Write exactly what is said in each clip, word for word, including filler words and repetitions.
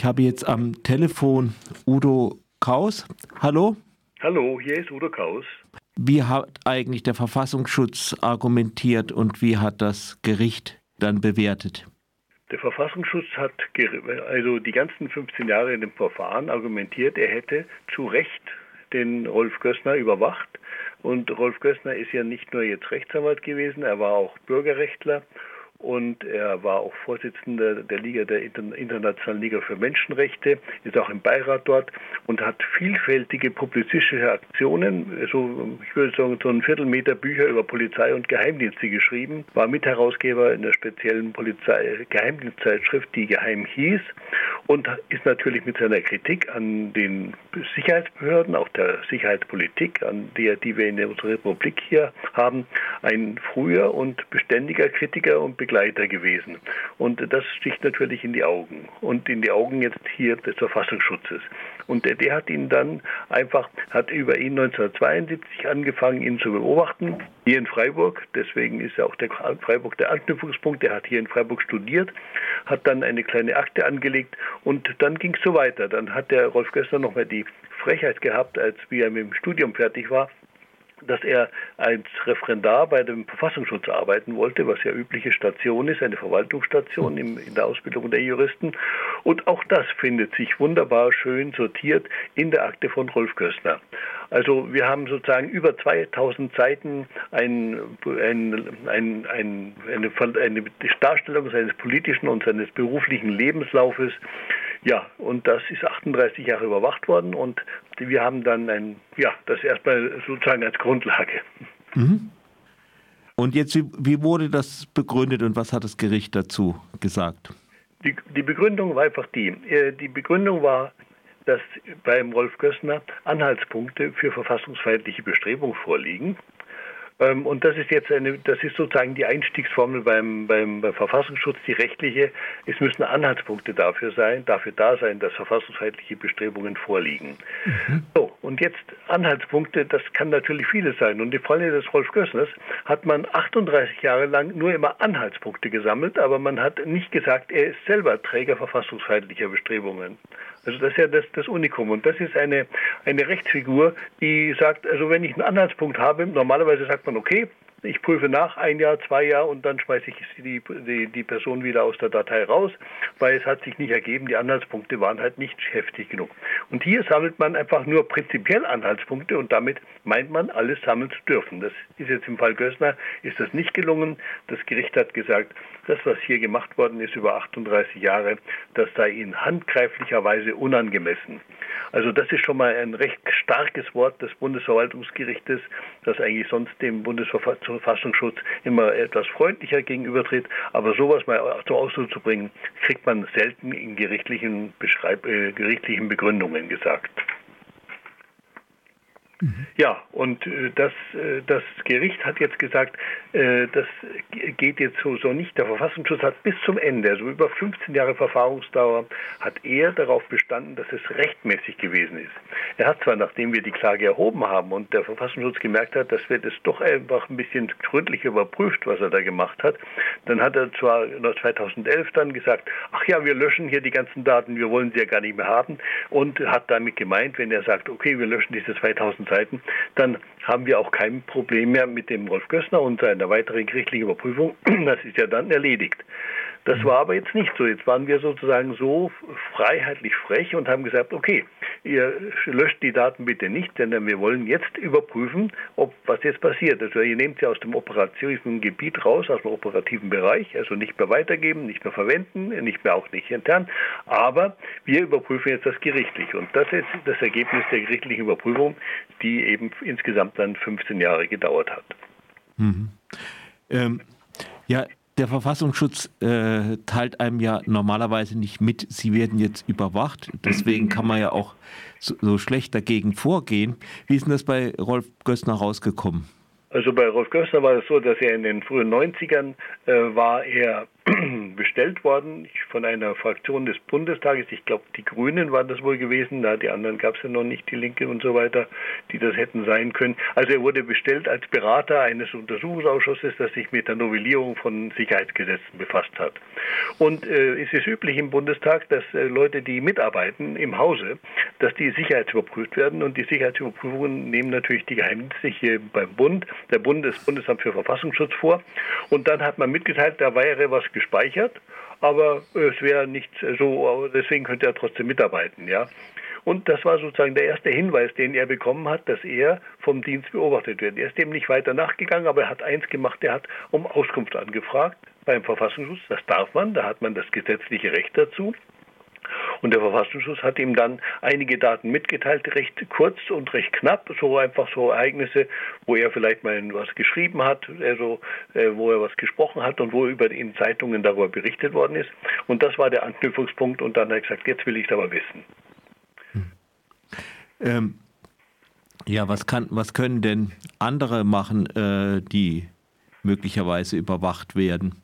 Ich habe jetzt am Telefon Udo Kaus. Hallo? Hallo, hier ist Udo Kaus. Wie hat eigentlich der Verfassungsschutz argumentiert und wie hat das Gericht dann bewertet? Der Verfassungsschutz hat also die ganzen fünfzehn Jahre in dem Verfahren argumentiert, er hätte zu Recht den Rolf Gößner überwacht. Und Rolf Gößner ist ja nicht nur jetzt Rechtsanwalt gewesen, er war auch Bürgerrechtler. Und er war auch Vorsitzender der Liga der Internationalen Liga für Menschenrechte, ist auch im Beirat dort und hat vielfältige publizistische Aktionen, so ich würde sagen so ein Viertelmeter Bücher über Polizei und Geheimdienste geschrieben, war Mitherausgeber in der speziellen Polizei Geheimdienstzeitschrift, die geheim hieß, und ist natürlich mit seiner Kritik an den Sicherheitsbehörden, auch der Sicherheitspolitik, an der, die wir in unserer Republik hier haben, ein früher und beständiger Kritiker und Begleiter gewesen. Und das sticht natürlich in die Augen. Und in die Augen jetzt hier des Verfassungsschutzes. Und der, der hat ihn dann einfach, hat über ihn neunzehnhundertzweiundsiebzig angefangen, ihn zu beobachten, hier in Freiburg. Deswegen ist ja auch der Freiburg der Anknüpfungspunkt. Der hat hier in Freiburg studiert, hat dann eine kleine Akte angelegt und dann ging es so weiter. Dann hat der Rolf Gößner noch mal die Frechheit gehabt, als wie er mit dem Studium fertig war, dass er als Referendar bei dem Verfassungsschutz arbeiten wollte, was ja übliche Station ist, eine Verwaltungsstation in der Ausbildung der Juristen. Und auch das findet sich wunderbar schön sortiert in der Akte von Rolf Gößner. Also wir haben sozusagen über zweitausend Seiten ein, ein, ein, ein, eine, eine Darstellung seines politischen und seines beruflichen Lebenslaufes. Ja, und das ist achtunddreißig Jahre überwacht worden und wir haben dann ein, ja, das erstmal sozusagen als Grundlage. Mhm. Und jetzt, wie, wie wurde das begründet und was hat das Gericht dazu gesagt? Die, die Begründung war einfach die, die Begründung war, dass beim Rolf Gößner Anhaltspunkte für verfassungsfeindliche Bestrebungen vorliegen. Und das ist jetzt eine, das ist sozusagen die Einstiegsformel beim, beim, beim Verfassungsschutz, die rechtliche. Es müssen Anhaltspunkte dafür sein, dafür da sein, dass verfassungsfeindliche Bestrebungen vorliegen. Mhm. So, und jetzt Anhaltspunkte, das kann natürlich vieles sein. Und im Falle des Rolf Gößners hat man achtunddreißig Jahre lang nur immer Anhaltspunkte gesammelt, aber man hat nicht gesagt, er ist selber Träger verfassungsfeindlicher Bestrebungen. Also das ist ja das, das Unikum. Und das ist eine, eine Rechtsfigur, die sagt, also wenn ich einen Anhaltspunkt habe, normalerweise sagt man, okay, ich prüfe nach, ein Jahr, zwei Jahre und dann schmeiße ich die, die, die Person wieder aus der Datei raus, weil es hat sich nicht ergeben, die Anhaltspunkte waren halt nicht heftig genug. Und hier sammelt man einfach nur prinzipiell Anhaltspunkte und damit meint man, alles sammeln zu dürfen. Das ist jetzt im Fall Gößner, ist das nicht gelungen. Das Gericht hat gesagt, das, was hier gemacht worden ist über achtunddreißig Jahre, das sei in handgreiflicher Weise unangemessen. Also das ist schon mal ein recht starkes Wort des Bundesverwaltungsgerichtes, das eigentlich sonst dem Bundesverfassungsschutz immer etwas freundlicher gegenübertritt. Aber sowas mal zum Ausdruck zu bringen, kriegt man selten in gerichtlichen, Beschreib- äh, gerichtlichen Begründungen gesagt. Ja, und äh, das, äh, das Gericht hat jetzt gesagt, äh, das geht jetzt so, so nicht. Der Verfassungsschutz hat bis zum Ende, also über fünfzehn Jahre Verfahrensdauer, hat er darauf bestanden, dass es rechtmäßig gewesen ist. Er hat zwar, nachdem wir die Klage erhoben haben und der Verfassungsschutz gemerkt hat, dass wird es doch einfach ein bisschen gründlich überprüft, was er da gemacht hat, dann hat er zwar zweitausendelf dann gesagt, ach ja, wir löschen hier die ganzen Daten, wir wollen sie ja gar nicht mehr haben, und hat damit gemeint, wenn er sagt, okay, wir löschen diese zweitausend Seiten, dann haben wir auch kein Problem mehr mit dem Rolf Gößner und seiner weiteren gerichtlichen Überprüfung. Das ist ja dann erledigt. Das war aber jetzt nicht so. Jetzt waren wir sozusagen so freiheitlich frech und haben gesagt, okay, ihr löscht die Daten bitte nicht, denn wir wollen jetzt überprüfen, ob was jetzt passiert. Also ihr nehmt sie aus dem operativen Gebiet raus, aus dem operativen Bereich, also nicht mehr weitergeben, nicht mehr verwenden, nicht mehr auch nicht intern, aber wir überprüfen jetzt das gerichtlich. Und das ist das Ergebnis der gerichtlichen Überprüfung, die eben insgesamt dann fünfzehn Jahre gedauert hat. Mhm. Ähm, ja, der Verfassungsschutz äh, teilt einem ja normalerweise nicht mit, Sie werden jetzt überwacht. Deswegen kann man ja auch so, so schlecht dagegen vorgehen. Wie ist denn das bei Rolf Gößner rausgekommen? Also bei Rolf Gößner war es so, dass er in den frühen neunzigern äh, war er bestellt worden von einer Fraktion des Bundestages. Ich glaube, die Grünen waren das wohl gewesen. Na, die anderen gab es ja noch nicht, die Linke und so weiter, die das hätten sein können. Also er wurde bestellt als Berater eines Untersuchungsausschusses, das sich mit der Novellierung von Sicherheitsgesetzen befasst hat. Und äh, es ist üblich im Bundestag, dass äh, Leute, die mitarbeiten im Hause, dass die sicherheitsüberprüft werden. Und die Sicherheitsüberprüfungen nehmen natürlich die Geheimdienste hier beim Bund, der Bund, das Bundesamt für Verfassungsschutz vor. Und dann hat man mitgeteilt, da wäre was gespeichert, aber es wäre nicht so, deswegen könnte er trotzdem mitarbeiten, ja. Und das war sozusagen der erste Hinweis, den er bekommen hat, dass er vom Dienst beobachtet wird. Er ist dem nicht weiter nachgegangen, aber er hat eins gemacht, er hat um Auskunft angefragt beim Verfassungsschutz. Das darf man, da hat man das gesetzliche Recht dazu. Und der Verfassungsschutz hat ihm dann einige Daten mitgeteilt, recht kurz und recht knapp, so einfach so Ereignisse, wo er vielleicht mal was geschrieben hat, also äh, wo er was gesprochen hat und wo über in Zeitungen darüber berichtet worden ist. Und das war der Anknüpfungspunkt und dann hat er gesagt, jetzt will ich es aber wissen. Hm. Ähm, ja, was kann, was können denn andere machen, äh, die möglicherweise überwacht werden?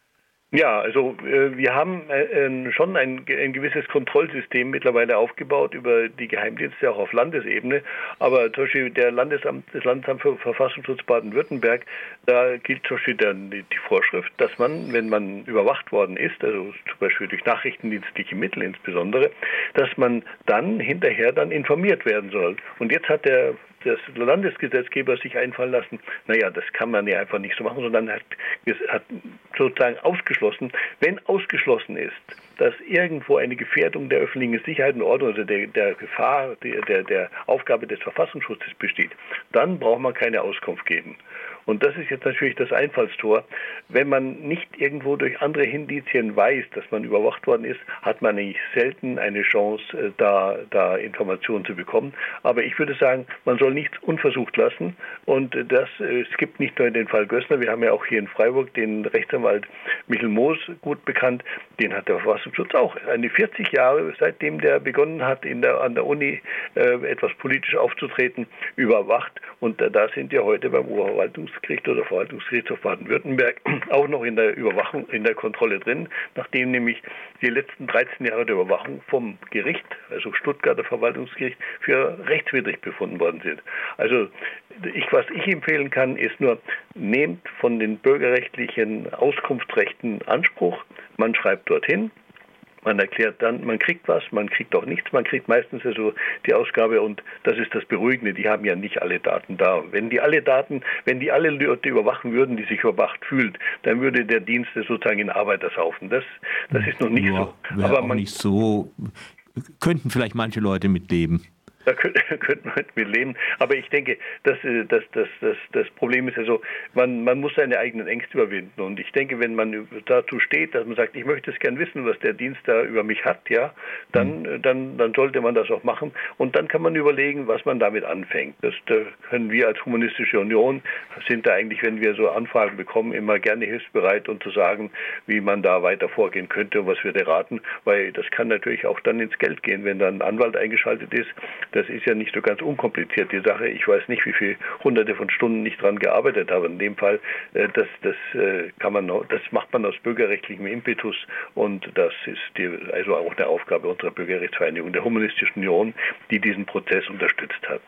Ja, also äh, wir haben äh, schon ein, ein gewisses Kontrollsystem mittlerweile aufgebaut über die Geheimdienste auch auf Landesebene. Aber zum Beispiel der Landesamt, das Landesamt für Verfassungsschutz Baden-Württemberg, da gilt zum Beispiel dann die, die Vorschrift, dass man, wenn man überwacht worden ist, also zum Beispiel durch nachrichtendienstliche Mittel insbesondere, dass man dann hinterher dann informiert werden soll. Und jetzt hat der das Landesgesetzgeber sich einfallen lassen, naja, das kann man ja einfach nicht so machen, sondern hat, hat sozusagen ausgeschlossen, wenn ausgeschlossen ist, dass irgendwo eine Gefährdung der öffentlichen Sicherheit und Ordnung, also der, der Gefahr, der, der Aufgabe des Verfassungsschutzes besteht, dann braucht man keine Auskunft geben. Und das ist jetzt natürlich das Einfallstor. Wenn man nicht irgendwo durch andere Indizien weiß, dass man überwacht worden ist, hat man eigentlich selten eine Chance, da, da Informationen zu bekommen. Aber ich würde sagen, man soll nichts unversucht lassen. Und das, es gibt nicht nur den Fall Gößner, wir haben ja auch hier in Freiburg den Rechtsanwalt Michel Moos gut bekannt, den hat der Verfassungsschutz auch eine vierzig Jahre, seitdem der begonnen hat, in der, an der Uni äh, etwas politisch aufzutreten, überwacht. Und äh, da sind wir heute beim Oberverwaltungsgericht oder Verwaltungsgerichtshof Baden-Württemberg auch noch in der Überwachung, in der Kontrolle drin, nachdem nämlich die letzten dreizehn Jahre der Überwachung vom Gericht, also Stuttgarter Verwaltungsgericht, für rechtswidrig befunden worden sind. Also ich, was ich empfehlen kann, ist nur, nehmt von den bürgerrechtlichen Auskunftsrechten Anspruch, man schreibt dorthin, man erklärt dann, man kriegt was, man kriegt auch nichts, man kriegt meistens also die Ausgabe und das ist das Beruhigende, die haben ja nicht alle Daten da. Wenn die alle Daten, wenn die alle Leute überwachen würden, die sich überwacht fühlt, dann würde der Dienst sozusagen in Arbeit ersaufen. Das, das ist noch nicht ja, so. Aber man, nicht so, könnten vielleicht manche Leute mitleben. Da könnte könnte man mit leben. Aber ich denke, das, das, das, das, das Problem ist ja so, man, man muss seine eigenen Ängste überwinden. Und ich denke, wenn man dazu steht, dass man sagt, ich möchte es gern wissen, was der Dienst da über mich hat, ja, dann, mhm. dann, dann sollte man das auch machen. Und dann kann man überlegen, was man damit anfängt. Das, da können wir als Humanistische Union, sind da eigentlich, wenn wir so Anfragen bekommen, immer gerne hilfsbereit und zu sagen, wie man da weiter vorgehen könnte und was wir da raten. Weil das kann natürlich auch dann ins Geld gehen, wenn dann ein Anwalt eingeschaltet ist. Das ist ja nicht so ganz unkompliziert, die Sache. Ich weiß nicht, wie viele hunderte von Stunden ich dran gearbeitet habe. In dem Fall, das, das kann man, das macht man aus bürgerrechtlichem Impetus und das ist die, also auch eine Aufgabe unserer Bürgerrechtsvereinigung, der Humanistischen Union, die diesen Prozess unterstützt hat.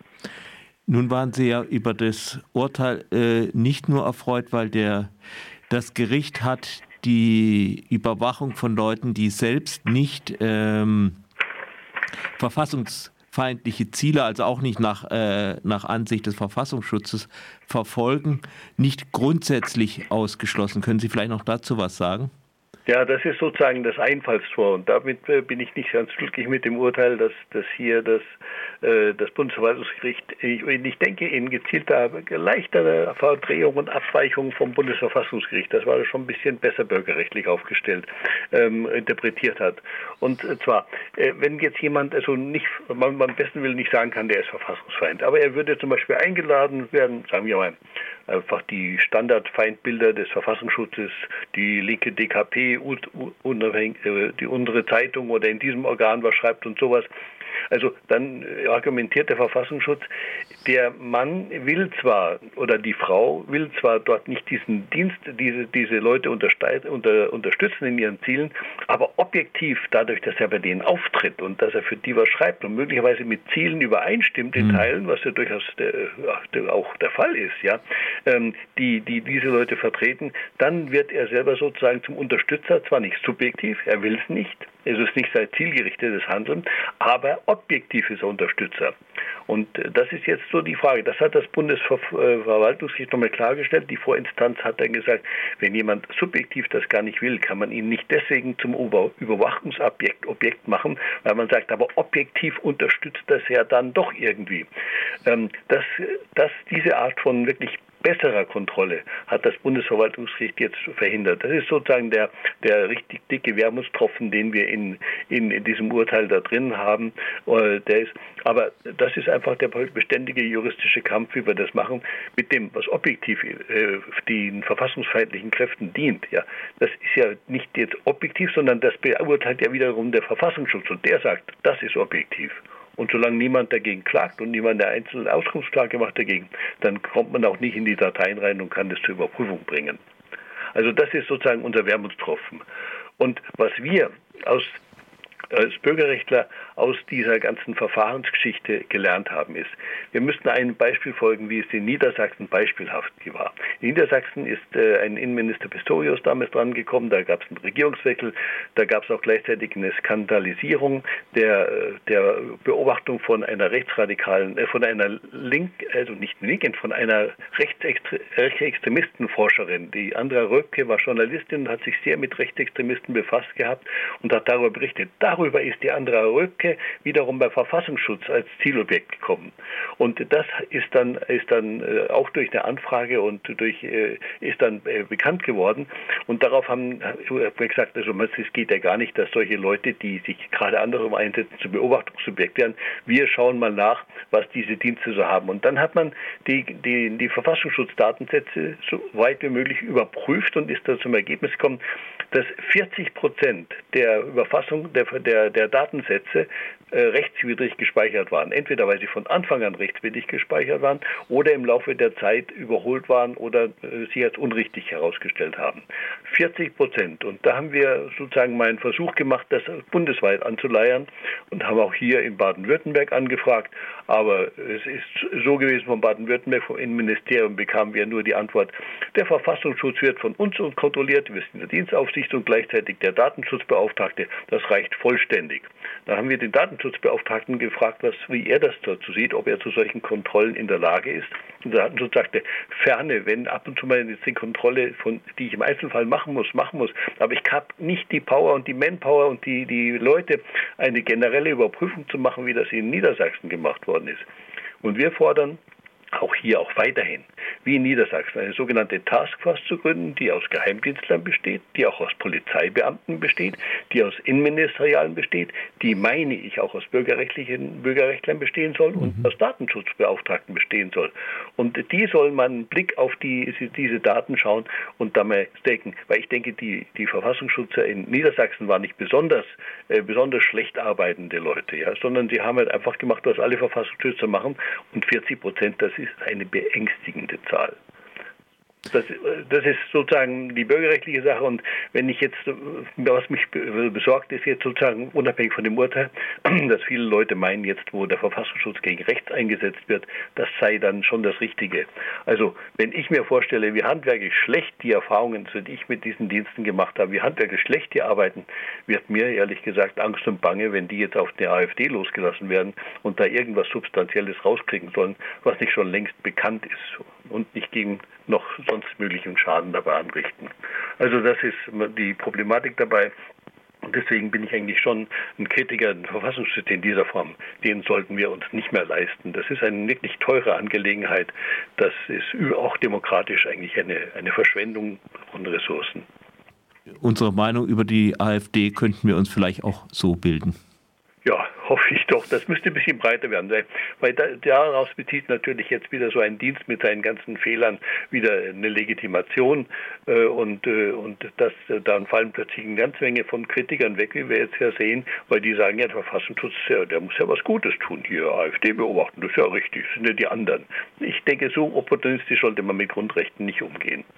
Nun waren Sie ja über das Urteil äh, nicht nur erfreut, weil der, das Gericht hat die Überwachung von Leuten, die selbst nicht ähm, verfassungs feindliche Ziele, also auch nicht nach, äh, nach Ansicht des Verfassungsschutzes verfolgen, nicht grundsätzlich ausgeschlossen. Können Sie vielleicht noch dazu was sagen? Ja, das ist sozusagen das Einfallstor und damit äh, bin ich nicht ganz glücklich mit dem Urteil, dass, dass hier das, äh, das Bundesverwaltungsgericht, ich, ich denke, in gezielter, leichter Verdrehung und Abweichung vom Bundesverfassungsgericht, das war schon ein bisschen besser bürgerrechtlich aufgestellt, ähm, interpretiert hat. Und äh, zwar, äh, wenn jetzt jemand, also nicht, man, man am besten will nicht sagen kann, der ist Verfassungsfeind, aber er würde zum Beispiel eingeladen werden, sagen wir mal, einfach die Standardfeindbilder des Verfassungsschutzes, die linke D K P, unabhängig, die unsere Zeitung oder in diesem Organ was schreibt und sowas. Also dann argumentiert der Verfassungsschutz, der Mann will zwar oder die Frau will zwar dort nicht diesen Dienst, diese, diese Leute unter, unter, unterstützen in ihren Zielen, aber objektiv dadurch, dass er bei denen auftritt und dass er für die was schreibt und möglicherweise mit Zielen übereinstimmt in Teilen, was ja durchaus der, der, auch der Fall ist, ja, ähm, die, die diese Leute vertreten, dann wird er selber sozusagen zum Unterstützer, zwar nicht subjektiv, er will es nicht, es ist nicht sein zielgerichtetes Handeln, aber objektiv ist er Unterstützer. Und das ist jetzt so die Frage. Das hat das Bundesverwaltungsgericht nochmal klargestellt. Die Vorinstanz hat dann gesagt, wenn jemand subjektiv das gar nicht will, kann man ihn nicht deswegen zum Überwachungsobjekt Objekt machen, weil man sagt, aber objektiv unterstützt das ja dann doch irgendwie. Ähm, dass, dass diese Art von wirklich besserer Kontrolle hat das Bundesverwaltungsgericht jetzt verhindert. Das ist sozusagen der, der richtig dicke Wermutstropfen, den wir in, in, in diesem Urteil da drin haben. Der ist, aber das ist einfach der beständige juristische Kampf, wie wir das machen, mit dem, was objektiv äh, den verfassungsfeindlichen Kräften dient. Ja, das ist ja nicht jetzt objektiv, sondern das beurteilt ja wiederum der Verfassungsschutz und der sagt, das ist objektiv. Und solange niemand dagegen klagt und niemand eine einzelne Auskunftsklage macht dagegen, dann kommt man auch nicht in die Dateien rein und kann das zur Überprüfung bringen. Also das ist sozusagen unser Wermutstropfen. Und was wir aus, als Bürgerrechtler aus dieser ganzen Verfahrensgeschichte gelernt haben, ist, wir müssten einem Beispiel folgen, wie es in Niedersachsen beispielhaft war. In Niedersachsen ist äh, ein Innenminister Pistorius damals dran gekommen, da gab es einen Regierungswechsel, da gab es auch gleichzeitig eine Skandalisierung der, der Beobachtung von einer rechtsradikalen, äh, von einer Link, also nicht linken, von einer Rechtsextre- Rechtsextremistenforscherin. Die Andrea Röpke war Journalistin und hat sich sehr mit Rechtsextremisten befasst gehabt und hat darüber berichtet. Darüber ist die Andrea Röpke wiederum bei Verfassungsschutz als Zielobjekt gekommen. Und das ist dann, ist dann äh, auch durch eine Anfrage und durch, äh, ist dann äh, bekannt geworden. Und darauf haben wir gesagt, also es geht ja gar nicht, dass solche Leute, die sich gerade andersrum einsetzen, zu Beobachtungsobjekt werden. Wir schauen mal nach, was diese Dienste so haben. Und dann hat man die, die, die Verfassungsschutzdatensätze so weit wie möglich überprüft und ist da zum Ergebnis gekommen, dass vierzig Prozent der Überfassung der, der, der Datensätze äh, rechtswidrig gespeichert waren. Entweder weil sie von Anfang an rechtswidrig gespeichert waren oder im Laufe der Zeit überholt waren oder äh, sie als unrichtig herausgestellt haben. vierzig Prozent. Und da haben wir sozusagen mal einen Versuch gemacht, das bundesweit anzuleiern und haben auch hier in Baden-Württemberg angefragt. Aber es ist so gewesen, von Baden-Württemberg, vom Innenministerium bekamen wir nur die Antwort, der Verfassungsschutz wird von uns kontrolliert, wir sind in der Dienstaufsicht und gleichzeitig der Datenschutzbeauftragte, das reicht vollständig. Da haben wir den Datenschutzbeauftragten gefragt, was, wie er das dazu sieht, ob er zu solchen Kontrollen in der Lage ist. Und der Datenschutz sagte, ferne, wenn ab und zu mal jetzt die Kontrolle, von, die ich im Einzelfall machen muss, machen muss, aber ich habe nicht die Power und die Manpower und die, die Leute, eine generelle Überprüfung zu machen, wie das in Niedersachsen gemacht worden ist. Und wir fordern auch hier auch weiterhin, wie in Niedersachsen, eine sogenannte Taskforce zu gründen, die aus Geheimdienstlern besteht, die auch aus Polizeibeamten besteht, die aus Innenministerialen besteht, die, meine ich, auch aus bürgerrechtlichen Bürgerrechtlern bestehen soll und mhm. aus Datenschutzbeauftragten bestehen soll. Und die soll man einen Blick auf die, diese Daten schauen und da mal denken, weil ich denke, die, die Verfassungsschützer in Niedersachsen waren nicht besonders, äh, besonders schlecht arbeitende Leute, ja, sondern sie haben halt einfach gemacht, was alle Verfassungsschützer machen und vierzig Prozent, das ist eine beängstigende Zahl. Das, das ist sozusagen die bürgerrechtliche Sache und wenn ich jetzt, was mich besorgt, ist jetzt sozusagen unabhängig von dem Urteil, dass viele Leute meinen jetzt, wo der Verfassungsschutz gegen rechts eingesetzt wird, das sei dann schon das Richtige. Also wenn ich mir vorstelle, wie handwerklich schlecht die Erfahrungen, die ich mit diesen Diensten gemacht habe, wie handwerklich schlecht die arbeiten, wird mir ehrlich gesagt Angst und Bange, wenn die jetzt auf die AfD losgelassen werden und da irgendwas Substanzielles rauskriegen sollen, was nicht schon längst bekannt ist und nicht gegen noch sonst möglichen Schaden dabei anrichten. Also das ist die Problematik dabei. Und deswegen bin ich eigentlich schon ein Kritiker des Verfassungsschutzes in dieser Form. Den sollten wir uns nicht mehr leisten. Das ist eine wirklich teure Angelegenheit. Das ist auch demokratisch eigentlich eine, eine Verschwendung von Ressourcen. Unsere Meinung über die AfD könnten wir uns vielleicht auch so bilden. Ja, hoffe ich doch. Das müsste ein bisschen breiter werden, weil, weil da, daraus bezieht natürlich jetzt wieder so ein Dienst mit seinen ganzen Fehlern wieder eine Legitimation äh, und, äh, und das, äh, dann fallen plötzlich eine ganze Menge von Kritikern weg, wie wir jetzt ja sehen, weil die sagen, ja, der Verfassungsschutz, der, der muss ja was Gutes tun hier, AfD beobachten, das ist ja richtig, das sind ja die anderen. Ich denke, so opportunistisch sollte man mit Grundrechten nicht umgehen.